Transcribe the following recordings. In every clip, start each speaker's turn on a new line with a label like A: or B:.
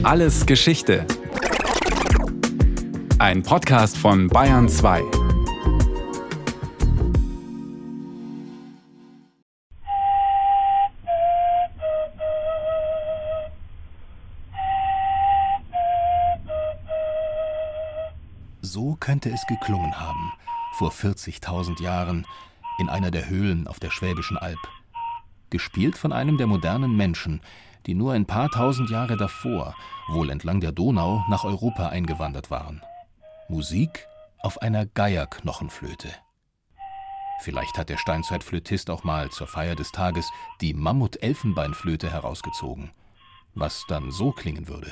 A: Alles Geschichte. Ein Podcast von Bayern 2.
B: So könnte es geklungen haben, vor 40.000 Jahren, in einer der Höhlen auf der Schwäbischen Alb. Gespielt von einem der modernen Menschen, die nur ein paar tausend Jahre davor, wohl entlang der Donau, nach Europa eingewandert waren. Musik auf einer Geierknochenflöte. Vielleicht hat der Steinzeitflötist auch mal zur Feier des Tages die Mammut-Elfenbeinflöte herausgezogen, was dann so klingen würde.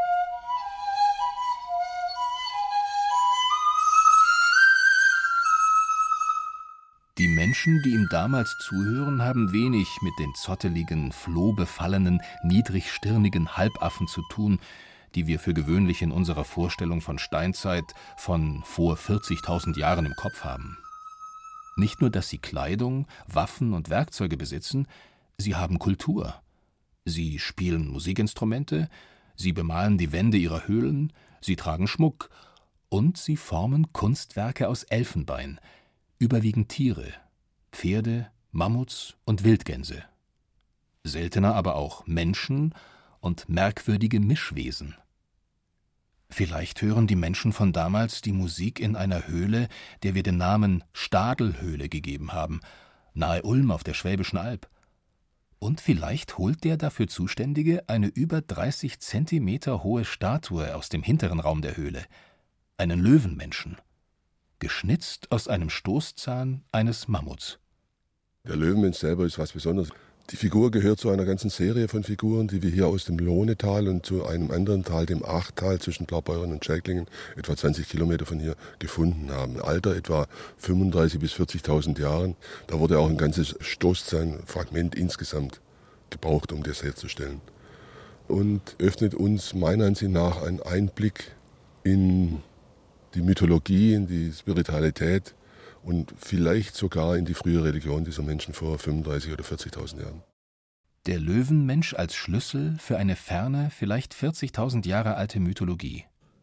B: Die Menschen, die ihm damals zuhören, haben wenig mit den zotteligen, flohbefallenen, niedrigstirnigen Halbaffen zu tun, die wir für gewöhnlich in unserer Vorstellung von Steinzeit von vor 40.000 Jahren im Kopf haben. Nicht nur, dass sie Kleidung, Waffen und Werkzeuge besitzen, sie haben Kultur. Sie spielen Musikinstrumente, sie bemalen die Wände ihrer Höhlen, sie tragen Schmuck und sie formen Kunstwerke aus Elfenbein, überwiegend Tiere, Pferde, Mammuts und Wildgänse. Seltener aber auch Menschen und merkwürdige Mischwesen. Vielleicht hören die Menschen von damals die Musik in einer Höhle, der wir den Namen Stadelhöhle gegeben haben, nahe Ulm auf der Schwäbischen Alb. Und vielleicht holt der dafür Zuständige eine über 30 Zentimeter hohe Statue aus dem hinteren Raum der Höhle, einen Löwenmenschen, geschnitzt aus einem Stoßzahn eines Mammuts.
C: Der Löwenmensch selber ist was Besonderes. Die Figur gehört zu einer ganzen Serie von Figuren, die wir hier aus dem Lohnetal und zu einem anderen Tal, dem Aachtal zwischen Blaubeuren und Schäklingen, etwa 20 Kilometer von hier, gefunden haben. Alter etwa 35.000 bis 40.000 Jahren. Da wurde auch ein ganzes Stoßzahnfragment insgesamt gebraucht, um das herzustellen. Und öffnet uns meiner Ansicht nach einen Einblick in die Mythologie, in die Spiritualität und vielleicht sogar in die frühe Religion dieser Menschen vor 35.000 oder 40.000 Jahren.
B: Der Löwenmensch als Schlüssel für eine ferne, vielleicht 40.000 Jahre alte Mythologie.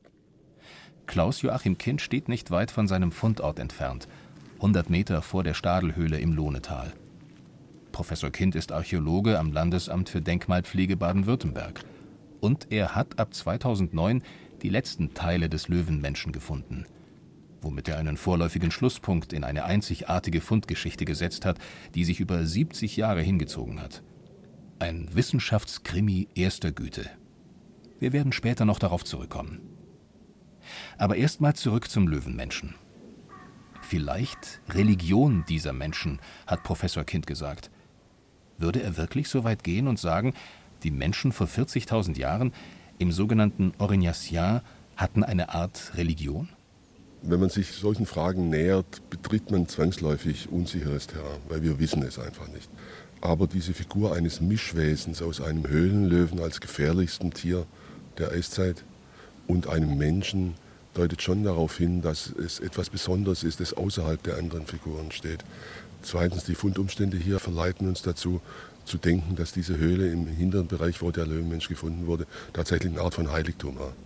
B: Klaus Joachim Kind steht nicht weit von seinem Fundort entfernt, 100 Meter vor der Stadelhöhle im Lohnetal. Professor Kind ist Archäologe am Landesamt für Denkmalpflege Baden-Württemberg. Und er hat ab 2009 die letzten Teile des Löwenmenschen gefunden, womit er einen vorläufigen Schlusspunkt in eine einzigartige Fundgeschichte gesetzt hat, die sich über 70 Jahre hingezogen hat. Ein Wissenschaftskrimi erster Güte. Wir werden später noch darauf zurückkommen. Aber erstmal zurück zum Löwenmenschen. Vielleicht Religion dieser Menschen, hat Professor Kind gesagt. Würde er wirklich so weit gehen und sagen, die Menschen vor 40.000 Jahren im sogenannten Aurignaciens hatten eine Art Religion?
C: Wenn man sich solchen Fragen nähert, betritt man zwangsläufig unsicheres Terrain, weil wir wissen es einfach nicht. Aber diese Figur eines Mischwesens aus einem Höhlenlöwen als gefährlichstem Tier der Eiszeit und einem Menschen deutet schon darauf hin, dass es etwas Besonderes ist, das außerhalb der anderen Figuren steht. Zweitens, die Fundumstände hier verleiten uns dazu, zu denken, dass diese Höhle im hinteren Bereich, wo der Löwenmensch gefunden wurde, tatsächlich eine Art von Heiligtum war.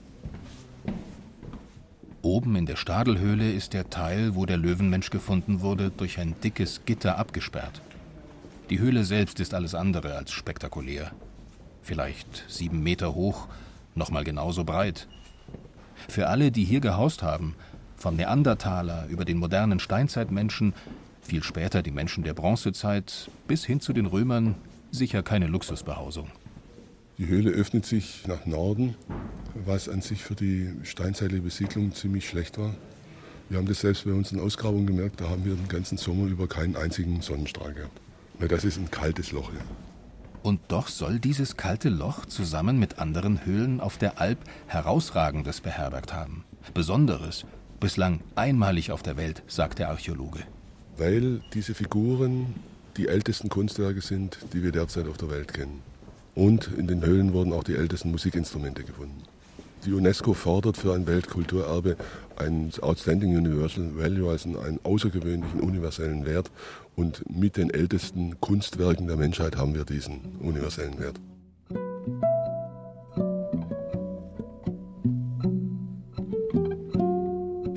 B: Oben in der Stadelhöhle ist der Teil, wo der Löwenmensch gefunden wurde, durch ein dickes Gitter abgesperrt. Die Höhle selbst ist alles andere als spektakulär. Vielleicht 7 Meter hoch, nochmal genauso breit. Für alle, die hier gehaust haben, vom Neandertaler über den modernen Steinzeitmenschen, viel später die Menschen der Bronzezeit, bis hin zu den Römern, sicher keine Luxusbehausung.
C: Die Höhle öffnet sich nach Norden, was an sich für die steinzeitliche Besiedlung ziemlich schlecht war. Wir haben das selbst bei unseren Ausgrabungen gemerkt, da haben wir den ganzen Sommer über keinen einzigen Sonnenstrahl gehabt. Das ist ein kaltes Loch. Ja.
B: Und doch soll dieses kalte Loch zusammen mit anderen Höhlen auf der Alb Herausragendes beherbergt haben. Besonderes, bislang einmalig auf der Welt, sagt der Archäologe.
C: Weil diese Figuren die ältesten Kunstwerke sind, die wir derzeit auf der Welt kennen. Und in den Höhlen wurden auch die ältesten Musikinstrumente gefunden. Die UNESCO fordert für ein Weltkulturerbe ein Outstanding Universal Value, also einen außergewöhnlichen universellen Wert. Und mit den ältesten Kunstwerken der Menschheit haben wir diesen universellen Wert.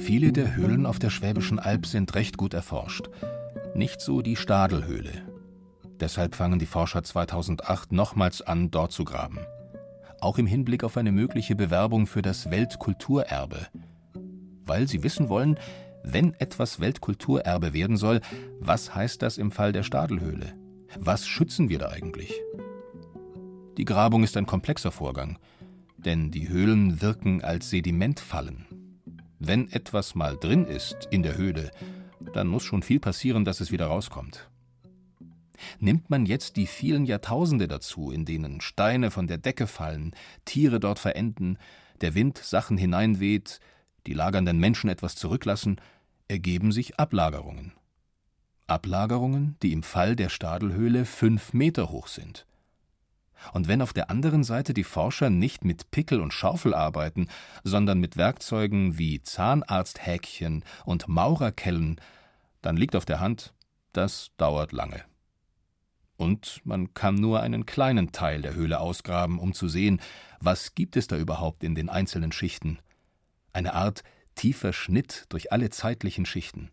B: Viele der Höhlen auf der Schwäbischen Alb sind recht gut erforscht. Nicht so die Stadelhöhle. Deshalb fangen die Forscher 2008 nochmals an, dort zu graben. Auch im Hinblick auf eine mögliche Bewerbung für das Weltkulturerbe. Weil sie wissen wollen, wenn etwas Weltkulturerbe werden soll, was heißt das im Fall der Stadelhöhle? Was schützen wir da eigentlich? Die Grabung ist ein komplexer Vorgang, denn die Höhlen wirken als Sedimentfallen. Wenn etwas mal drin ist in der Höhle, dann muss schon viel passieren, dass es wieder rauskommt. Nimmt man jetzt die vielen Jahrtausende dazu, in denen Steine von der Decke fallen, Tiere dort verenden, der Wind Sachen hineinweht, die lagernden Menschen etwas zurücklassen, ergeben sich Ablagerungen. Ablagerungen, die im Fall der Stadelhöhle 5 Meter hoch sind. Und wenn auf der anderen Seite die Forscher nicht mit Pickel und Schaufel arbeiten, sondern mit Werkzeugen wie Zahnarzthäkchen und Maurerkellen, dann liegt auf der Hand, das dauert lange. Und man kann nur einen kleinen Teil der Höhle ausgraben, um zu sehen, was gibt es da überhaupt in den einzelnen Schichten. Eine Art tiefer Schnitt durch alle zeitlichen Schichten.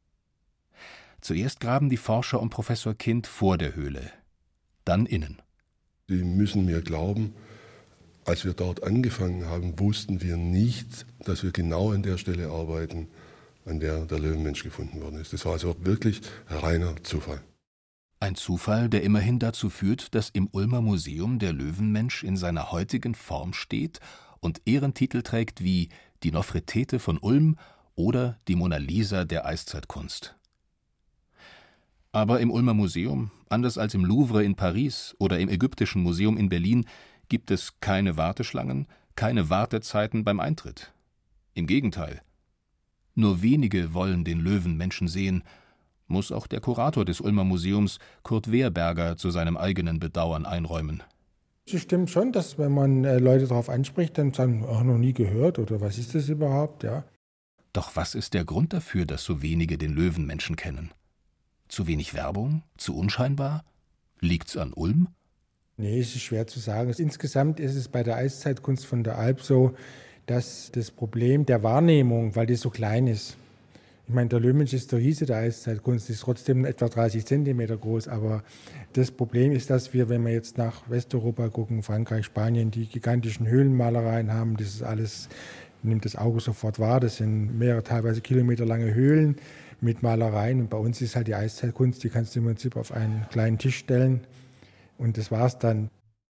B: Zuerst graben die Forscher um Professor Kind vor der Höhle, dann innen.
C: Sie müssen mir glauben, als wir dort angefangen haben, wussten wir nicht, dass wir genau an der Stelle arbeiten, an der der Löwenmensch gefunden worden ist. Das war also wirklich reiner Zufall.
B: Ein Zufall, der immerhin dazu führt, dass im Ulmer Museum der Löwenmensch in seiner heutigen Form steht und Ehrentitel trägt wie die Nofretete von Ulm oder die Mona Lisa der Eiszeitkunst. Aber im Ulmer Museum, anders als im Louvre in Paris oder im Ägyptischen Museum in Berlin, gibt es keine Warteschlangen, keine Wartezeiten beim Eintritt. Im Gegenteil. Nur wenige wollen den Löwenmenschen sehen, muss auch der Kurator des Ulmer Museums, Kurt Wehrberger, zu seinem eigenen Bedauern einräumen.
D: Es stimmt schon, dass wenn man Leute darauf anspricht, dann sagen, noch nie gehört oder was ist das überhaupt, ja.
B: Doch was ist der Grund dafür, dass so wenige den Löwenmenschen kennen? Zu wenig Werbung? Zu unscheinbar? Liegt's an Ulm?
D: Nee, es ist schwer zu sagen. Insgesamt ist es bei der Eiszeitkunst von der Alb so, dass das Problem der Wahrnehmung, weil die so klein ist. Ich meine, der Löwenmensch ist der Riese der Eiszeitkunst, ist trotzdem etwa 30 Zentimeter groß. Aber das Problem ist, dass wir, wenn wir jetzt nach Westeuropa gucken, Frankreich, Spanien, die gigantischen Höhlenmalereien haben, das ist alles, nimmt das Auge sofort wahr. Das sind mehrere, teilweise kilometerlange Höhlen mit Malereien. Und bei uns ist halt die Eiszeitkunst, die kannst du im Prinzip auf einen kleinen Tisch stellen. Und das war's dann.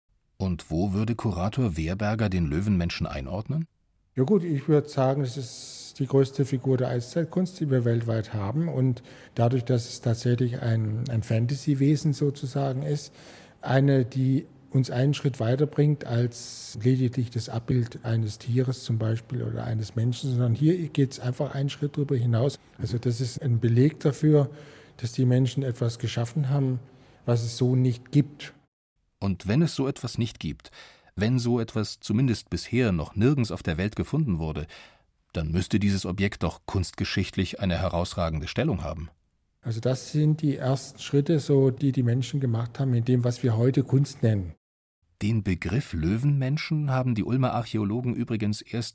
B: Und wo würde Kurator Wehrberger den Löwenmenschen einordnen?
D: Ja gut, ich würde sagen, es ist die größte Figur der Eiszeitkunst, die wir weltweit haben. Und dadurch, dass es tatsächlich ein Fantasy-Wesen sozusagen ist, eine, die uns einen Schritt weiterbringt als lediglich das Abbild eines Tieres zum Beispiel oder eines Menschen, sondern hier geht es einfach einen Schritt darüber hinaus. Also das ist ein Beleg dafür, dass die Menschen etwas geschaffen haben, was es so nicht gibt.
B: Und wenn es so etwas nicht gibt, wenn so etwas zumindest bisher noch nirgends auf der Welt gefunden wurde, dann müsste dieses Objekt doch kunstgeschichtlich eine herausragende Stellung haben.
D: Also das sind die ersten Schritte, so die Menschen gemacht haben in dem, was wir heute Kunst nennen.
B: Den Begriff Löwenmenschen haben die Ulmer Archäologen übrigens erst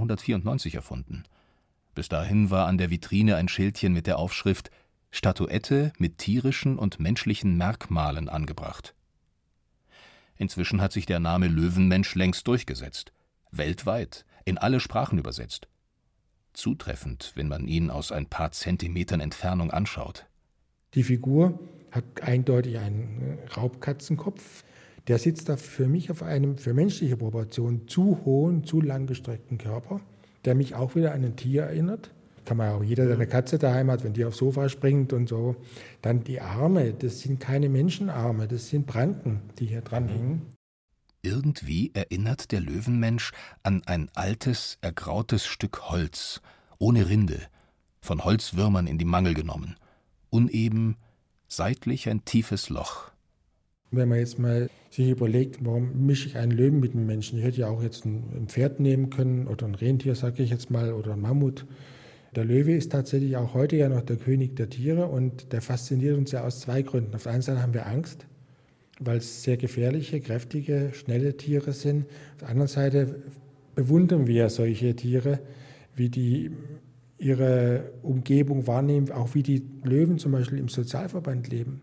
B: 1994 erfunden. Bis dahin war an der Vitrine ein Schildchen mit der Aufschrift »Statuette mit tierischen und menschlichen Merkmalen« angebracht. Inzwischen hat sich der Name Löwenmensch längst durchgesetzt. Weltweit, in alle Sprachen übersetzt. Zutreffend, wenn man ihn aus ein paar Zentimetern Entfernung anschaut.
D: Die Figur hat eindeutig einen Raubkatzenkopf. Der sitzt da für mich auf einem für menschliche Proportionen zu hohen, zu langgestreckten Körper, der mich auch wieder an ein Tier erinnert. Kann man auch jeder, der eine Katze daheim hat, wenn die aufs Sofa springt und so. Dann die Arme, das sind keine Menschenarme, das sind Pranken, die hier dran hängen.
B: Irgendwie erinnert der Löwenmensch an ein altes, ergrautes Stück Holz, ohne Rinde, von Holzwürmern in die Mangel genommen. Uneben, seitlich ein tiefes Loch.
D: Wenn man jetzt mal sich überlegt, warum mische ich einen Löwen mit einem Menschen? Ich hätte ja auch jetzt ein Pferd nehmen können oder ein Rentier, sage ich jetzt mal, oder ein Mammut. Der Löwe ist tatsächlich auch heute ja noch der König der Tiere und der fasziniert uns ja aus zwei Gründen. Auf der einen Seite haben wir Angst, weil es sehr gefährliche, kräftige, schnelle Tiere sind. Auf der anderen Seite bewundern wir solche Tiere, wie die ihre Umgebung wahrnehmen, auch wie die Löwen zum Beispiel im Sozialverband leben.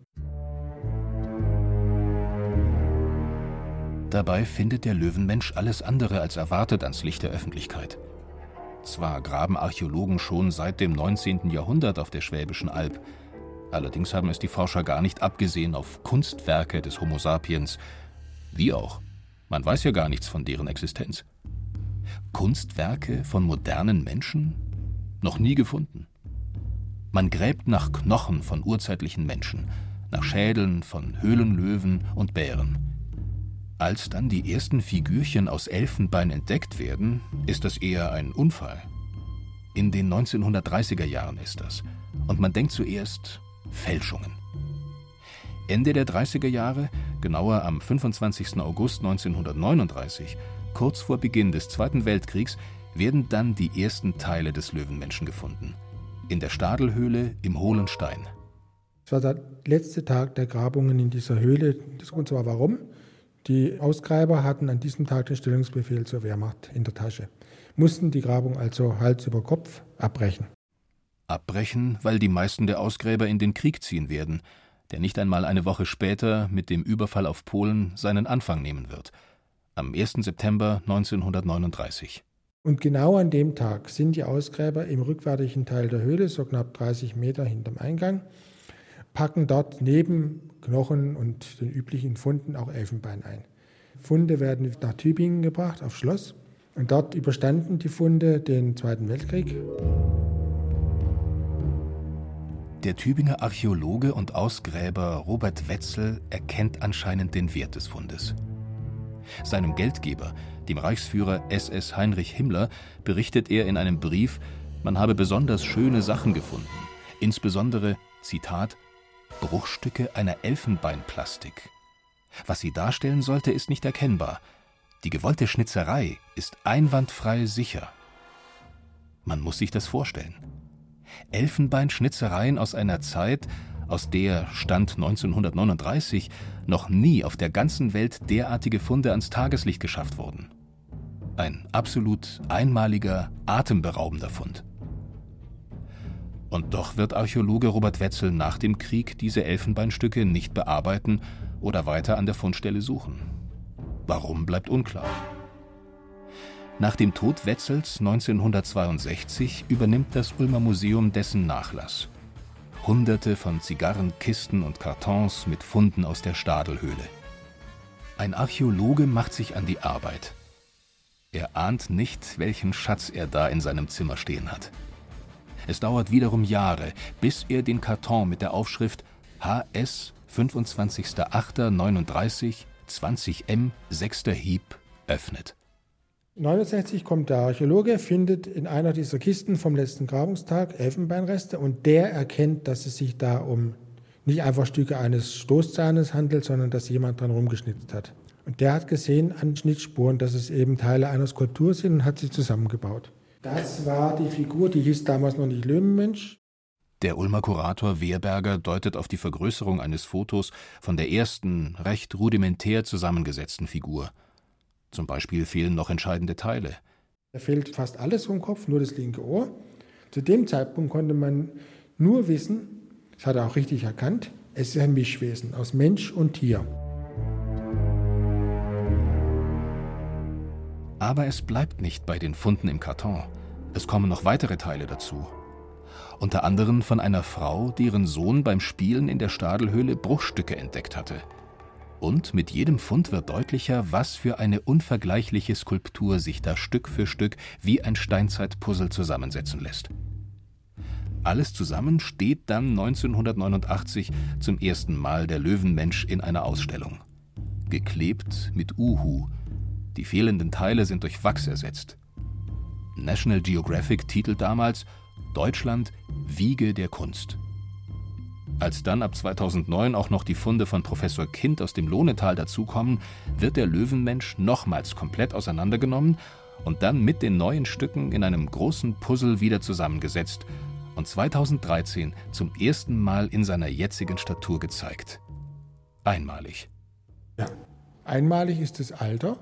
B: Dabei findet der Löwenmensch alles andere als erwartet ans Licht der Öffentlichkeit. Zwar graben Archäologen schon seit dem 19. Jahrhundert auf der Schwäbischen Alb, allerdings haben es die Forscher gar nicht abgesehen auf Kunstwerke des Homo sapiens. Wie auch, man weiß ja gar nichts von deren Existenz. Kunstwerke von modernen Menschen? Noch nie gefunden. Man gräbt nach Knochen von urzeitlichen Menschen, nach Schädeln von Höhlenlöwen und Bären. Als dann die ersten Figürchen aus Elfenbein entdeckt werden, ist das eher ein Unfall. In den 1930er Jahren ist das. Und man denkt zuerst Fälschungen. Ende der 30er Jahre, genauer am 25. August 1939, kurz vor Beginn des Zweiten Weltkriegs, werden dann die ersten Teile des Löwenmenschen gefunden. In der Stadelhöhle im Hohlen Stein.
D: Es war der letzte Tag der Grabungen in dieser Höhle. Und zwar warum? Die Ausgräber hatten an diesem Tag den Stellungsbefehl zur Wehrmacht in der Tasche, mussten die Grabung also Hals über Kopf abbrechen.
B: Abbrechen, weil die meisten der Ausgräber in den Krieg ziehen werden, der nicht einmal eine Woche später mit dem Überfall auf Polen seinen Anfang nehmen wird. Am 1. September 1939.
D: Und genau an dem Tag sind die Ausgräber im rückwärtigen Teil der Höhle, so knapp 30 Meter hinterm Eingang, packen dort neben Knochen und den üblichen Funden auch Elfenbein ein. Funde werden nach Tübingen gebracht, aufs Schloss. Und dort überstanden die Funde den Zweiten Weltkrieg.
B: Der Tübinger Archäologe und Ausgräber Robert Wetzel erkennt anscheinend den Wert des Fundes. Seinem Geldgeber, dem Reichsführer SS Heinrich Himmler, berichtet er in einem Brief, man habe besonders schöne Sachen gefunden, insbesondere, Zitat, Bruchstücke einer Elfenbeinplastik. Was sie darstellen sollte, ist nicht erkennbar. Die gewollte Schnitzerei ist einwandfrei sicher. Man muss sich das vorstellen. Elfenbeinschnitzereien aus einer Zeit, aus der, Stand 1939, noch nie auf der ganzen Welt derartige Funde ans Tageslicht geschafft wurden. Ein absolut einmaliger, atemberaubender Fund. Und doch wird Archäologe Robert Wetzel nach dem Krieg diese Elfenbeinstücke nicht bearbeiten oder weiter an der Fundstelle suchen. Warum, bleibt unklar. Nach dem Tod Wetzels 1962 übernimmt das Ulmer Museum dessen Nachlass. Hunderte von Zigarren, Kisten und Kartons mit Funden aus der Stadelhöhle. Ein Archäologe macht sich an die Arbeit. Er ahnt nicht, welchen Schatz er da in seinem Zimmer stehen hat. Es dauert wiederum Jahre, bis er den Karton mit der Aufschrift HS 25.08.39 20M 6. Hieb öffnet.
D: 1969 kommt der Archäologe, findet in einer dieser Kisten vom letzten Grabungstag Elfenbeinreste und der erkennt, dass es sich da um nicht einfach Stücke eines Stoßzahnes handelt, sondern dass jemand dran rumgeschnitzt hat. Und der hat gesehen an Schnittspuren, dass es eben Teile einer Skulptur sind und hat sie zusammengebaut. Das war die Figur, die hieß damals noch nicht Löwenmensch.
B: Der Ulmer Kurator Wehrberger deutet auf die Vergrößerung eines Fotos von der ersten, recht rudimentär zusammengesetzten Figur. Zum Beispiel fehlen noch entscheidende Teile.
D: Da fehlt fast alles vom Kopf, nur das linke Ohr. Zu dem Zeitpunkt konnte man nur wissen, das hat er auch richtig erkannt, es ist ein Mischwesen aus Mensch und Tier.
B: Aber es bleibt nicht bei den Funden im Karton. Es kommen noch weitere Teile dazu. Unter anderem von einer Frau, deren Sohn beim Spielen in der Stadelhöhle Bruchstücke entdeckt hatte. Und mit jedem Fund wird deutlicher, was für eine unvergleichliche Skulptur sich da Stück für Stück wie ein Steinzeitpuzzle zusammensetzen lässt. Alles zusammen steht dann 1989 zum ersten Mal der Löwenmensch in einer Ausstellung. Geklebt mit Uhu. Die fehlenden Teile sind durch Wachs ersetzt. National Geographic titelt damals Deutschland Wiege der Kunst. Als dann ab 2009 auch noch die Funde von Professor Kind aus dem Lohnetal dazukommen, wird der Löwenmensch nochmals komplett auseinandergenommen und dann mit den neuen Stücken in einem großen Puzzle wieder zusammengesetzt und 2013 zum ersten Mal in seiner jetzigen Statur gezeigt. Einmalig.
D: Ja, einmalig ist das Alter.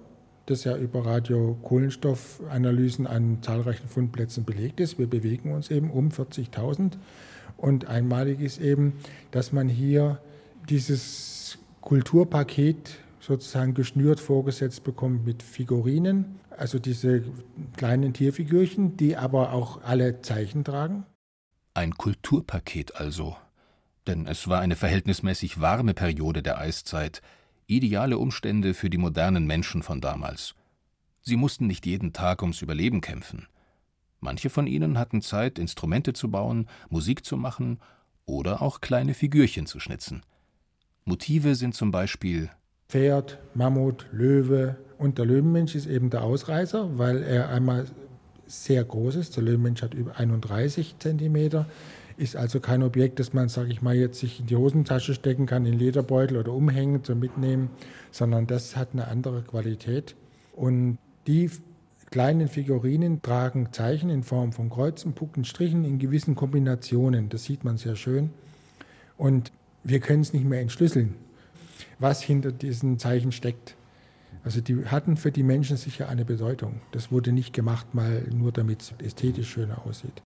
D: das ja über Radiokohlenstoffanalysen an zahlreichen Fundplätzen belegt ist. Wir bewegen uns eben um 40.000. Und einmalig ist eben, dass man hier dieses Kulturpaket sozusagen geschnürt vorgesetzt bekommt mit Figurinen, also diese kleinen Tierfigürchen, die aber auch alle Zeichen tragen.
B: Ein Kulturpaket also. Denn es war eine verhältnismäßig warme Periode der Eiszeit, ideale Umstände für die modernen Menschen von damals. Sie mussten nicht jeden Tag ums Überleben kämpfen. Manche von ihnen hatten Zeit, Instrumente zu bauen, Musik zu machen oder auch kleine Figürchen zu schnitzen. Motive sind zum Beispiel
D: Pferd, Mammut, Löwe, und der Löwenmensch ist eben der Ausreißer, weil er einmal sehr groß ist. Der Löwenmensch hat über 31 Zentimeter, ist also kein Objekt, das man, sage ich mal, jetzt sich in die Hosentasche stecken kann, in Lederbeutel oder umhängen zum Mitnehmen, sondern das hat eine andere Qualität. Und die kleinen Figurinen tragen Zeichen in Form von Kreuzen, Punkten, Strichen in gewissen Kombinationen. Das sieht man sehr schön. Und wir können es nicht mehr entschlüsseln, was hinter diesen Zeichen steckt. Also die hatten für die Menschen sicher eine Bedeutung. Das wurde nicht gemacht, mal nur damit es ästhetisch schöner aussieht.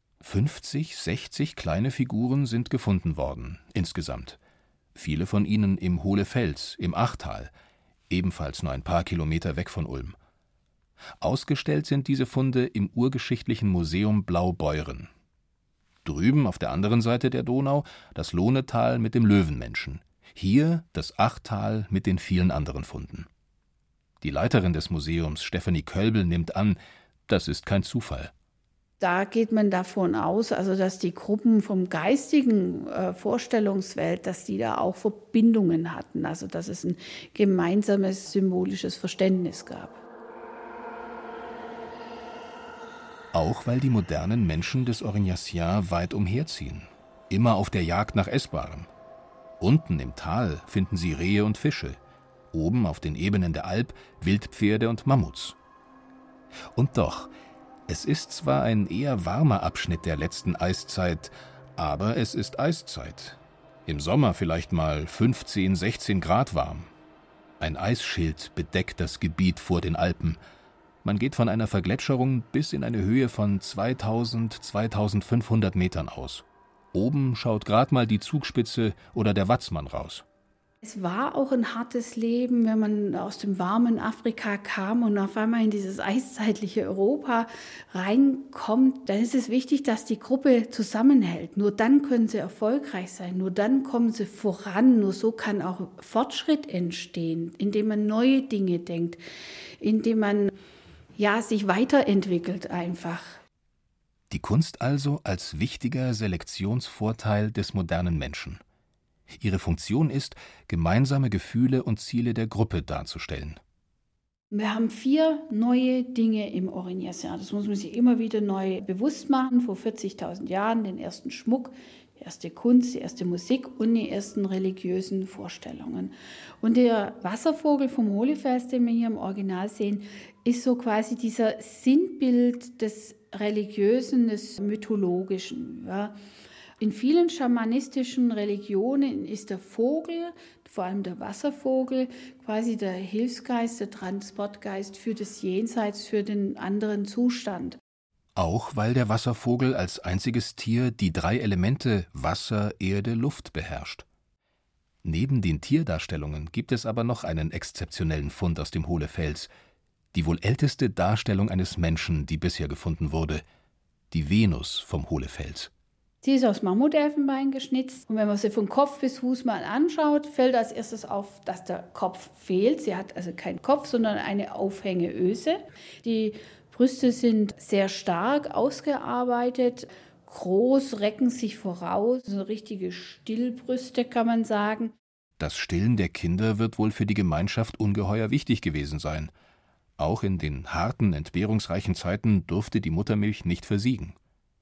B: 50, 60 kleine Figuren sind gefunden worden, insgesamt. Viele von ihnen im Hohlefels, im Achtal, ebenfalls nur ein paar Kilometer weg von Ulm. Ausgestellt sind diese Funde im Urgeschichtlichen Museum Blaubeuren. Drüben auf der anderen Seite der Donau das Lohnetal mit dem Löwenmenschen. Hier das Achtal mit den vielen anderen Funden. Die Leiterin des Museums, Stefanie Kölbel, nimmt an, das ist kein Zufall.
E: Da geht man davon aus, also dass die Gruppen vom geistigen Vorstellungswelt, dass die da auch Verbindungen hatten, also dass es ein gemeinsames symbolisches Verständnis gab.
B: Auch weil die modernen Menschen des Aurignaciens weit umherziehen, immer auf der Jagd nach Essbarem. Unten im Tal finden sie Rehe und Fische, oben auf den Ebenen der Alp Wildpferde und Mammuts. Und doch, es ist zwar ein eher warmer Abschnitt der letzten Eiszeit, aber es ist Eiszeit. Im Sommer vielleicht mal 15, 16 Grad warm. Ein Eisschild bedeckt das Gebiet vor den Alpen. Man geht von einer Vergletscherung bis in eine Höhe von 2000, 2500 Metern aus. Oben schaut gerade mal die Zugspitze oder der Watzmann raus.
E: Es war auch ein hartes Leben, wenn man aus dem warmen Afrika kam und auf einmal in dieses eiszeitliche Europa reinkommt. Dann ist es wichtig, dass die Gruppe zusammenhält. Nur dann können sie erfolgreich sein, nur dann kommen sie voran. Nur so kann auch Fortschritt entstehen, indem man neue Dinge denkt, indem man sich weiterentwickelt einfach.
B: Die Kunst also als wichtiger Selektionsvorteil des modernen Menschen. Ihre Funktion ist, gemeinsame Gefühle und Ziele der Gruppe darzustellen.
E: Wir haben 4 neue Dinge im Aurignacien. Das muss man sich immer wieder neu bewusst machen. Vor 40.000 Jahren den ersten Schmuck, die erste Kunst, die erste Musik und die ersten religiösen Vorstellungen. Und der Wasservogel vom Hohlefels, den wir hier im Original sehen, ist so quasi dieser Sinnbild des Religiösen, des Mythologischen. Ja. In vielen schamanistischen Religionen ist der Vogel, vor allem der Wasservogel, quasi der Hilfsgeist, der Transportgeist für das Jenseits, für den anderen Zustand.
B: Auch weil der Wasservogel als einziges Tier die 3 Elemente Wasser, Erde, Luft beherrscht. Neben den Tierdarstellungen gibt es aber noch einen exzeptionellen Fund aus dem Hohlefels, die wohl älteste Darstellung eines Menschen, die bisher gefunden wurde, die Venus vom Hohlefels.
E: Sie ist aus Mammutelfenbein geschnitzt und wenn man sie von Kopf bis Fuß mal anschaut, fällt als erstes auf, dass der Kopf fehlt. Sie hat also keinen Kopf, sondern eine Aufhängeöse. Die Brüste sind sehr stark ausgearbeitet, groß, recken sich voraus, so richtige Stillbrüste kann man sagen.
B: Das Stillen der Kinder wird wohl für die Gemeinschaft ungeheuer wichtig gewesen sein. Auch in den harten, entbehrungsreichen Zeiten durfte die Muttermilch nicht versiegen.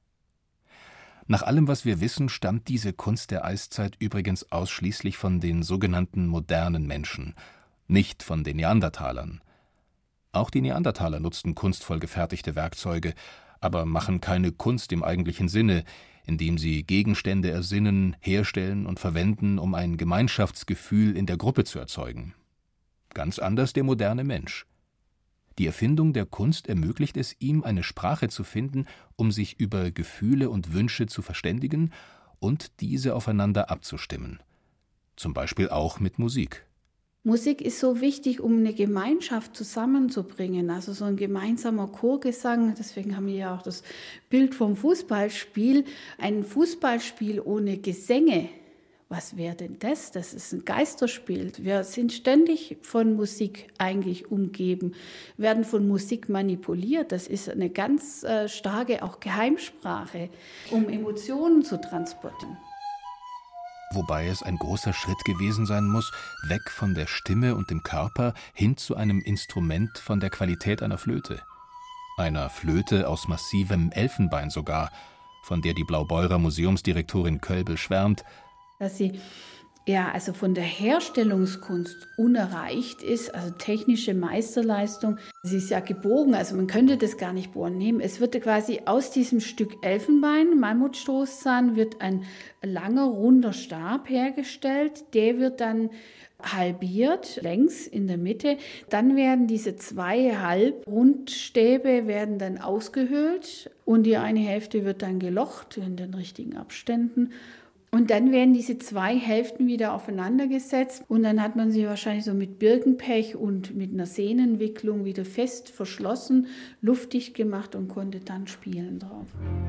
B: Nach allem, was wir wissen, stammt diese Kunst der Eiszeit übrigens ausschließlich von den sogenannten modernen Menschen, nicht von den Neandertalern. Auch die Neandertaler nutzten kunstvoll gefertigte Werkzeuge, aber machen keine Kunst im eigentlichen Sinne, indem sie Gegenstände ersinnen, herstellen und verwenden, um ein Gemeinschaftsgefühl in der Gruppe zu erzeugen. Ganz anders der moderne Mensch. Die Erfindung der Kunst ermöglicht es ihm, eine Sprache zu finden, um sich über Gefühle und Wünsche zu verständigen und diese aufeinander abzustimmen. Zum Beispiel auch mit Musik.
E: Musik ist so wichtig, um eine Gemeinschaft zusammenzubringen, also so ein gemeinsamer Chorgesang. Deswegen haben wir ja auch das Bild vom Fußballspiel. Ein Fußballspiel ohne Gesänge, was wäre denn das? Das ist ein Geisterspiel. Wir sind ständig von Musik eigentlich umgeben, werden von Musik manipuliert. Das ist eine ganz starke auch Geheimsprache, um Emotionen zu transportieren.
B: Wobei es ein großer Schritt gewesen sein muss, weg von der Stimme und dem Körper hin zu einem Instrument von der Qualität einer Flöte. Einer Flöte aus massivem Elfenbein sogar, von der die Blaubeurer Museumsdirektorin Kölbel schwärmt,
E: dass sie also von der Herstellungskunst unerreicht ist, also technische Meisterleistung. Sie ist ja gebogen, also man könnte das gar nicht bohren nehmen. Es wird quasi aus diesem Stück Elfenbein, Mammutstoßzahn, wird ein langer, runder Stab hergestellt. Der wird dann halbiert, längs in der Mitte. Dann werden diese 2 Halbrundstäbe werden dann ausgehöhlt und die eine Hälfte wird dann gelocht in den richtigen Abständen. Und dann werden diese 2 Hälften wieder aufeinander gesetzt und dann hat man sie wahrscheinlich so mit Birkenpech und mit einer Sehnenwicklung wieder fest verschlossen, luftdicht gemacht und konnte dann spielen drauf.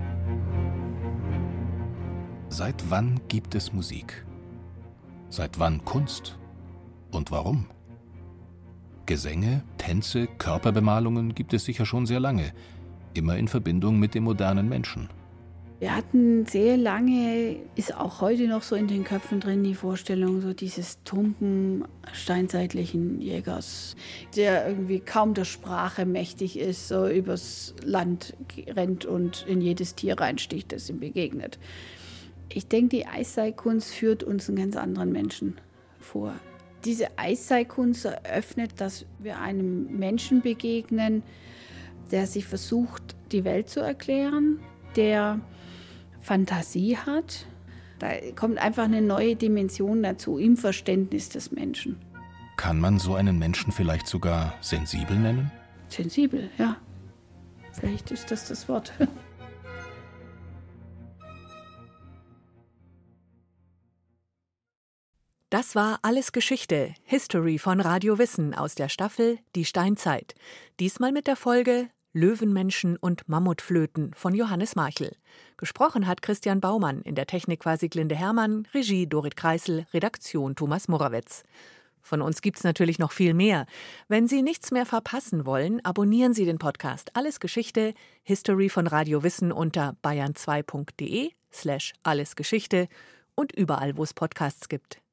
B: Seit wann gibt es Musik? Seit wann Kunst? Und warum? Gesänge, Tänze, Körperbemalungen gibt es sicher schon sehr lange, immer in Verbindung mit dem modernen Menschen.
E: Wir hatten sehr lange, ist auch heute noch so in den Köpfen drin, die Vorstellung so dieses tumpen, steinzeitlichen Jägers, der irgendwie kaum der Sprache mächtig ist, so übers Land rennt und in jedes Tier reinsticht, das ihm begegnet. Ich denke, die Eisseilkunst führt uns einen ganz anderen Menschen vor. Diese Eisseilkunst eröffnet, dass wir einem Menschen begegnen, der sich versucht, die Welt zu erklären, der Fantasie hat. Da kommt einfach eine neue Dimension dazu im Verständnis des Menschen.
B: Kann man so einen Menschen vielleicht sogar sensibel nennen?
E: Sensibel, ja. Vielleicht ist das Wort.
F: Das war Alles Geschichte, History von Radio Wissen aus der Staffel Die Steinzeit. Diesmal mit der Folge Löwenmenschen und Mammutflöten von Johannes Marchel. Gesprochen hat Christian Baumann, in der Technik war Sieglinde Herrmann, Regie Dorit Kreisel, Redaktion Thomas Morawetz. Von uns gibt's natürlich noch viel mehr. Wenn Sie nichts mehr verpassen wollen, abonnieren Sie den Podcast Alles Geschichte, History von Radio Wissen unter bayern2.de/allesgeschichte und überall, wo es Podcasts gibt.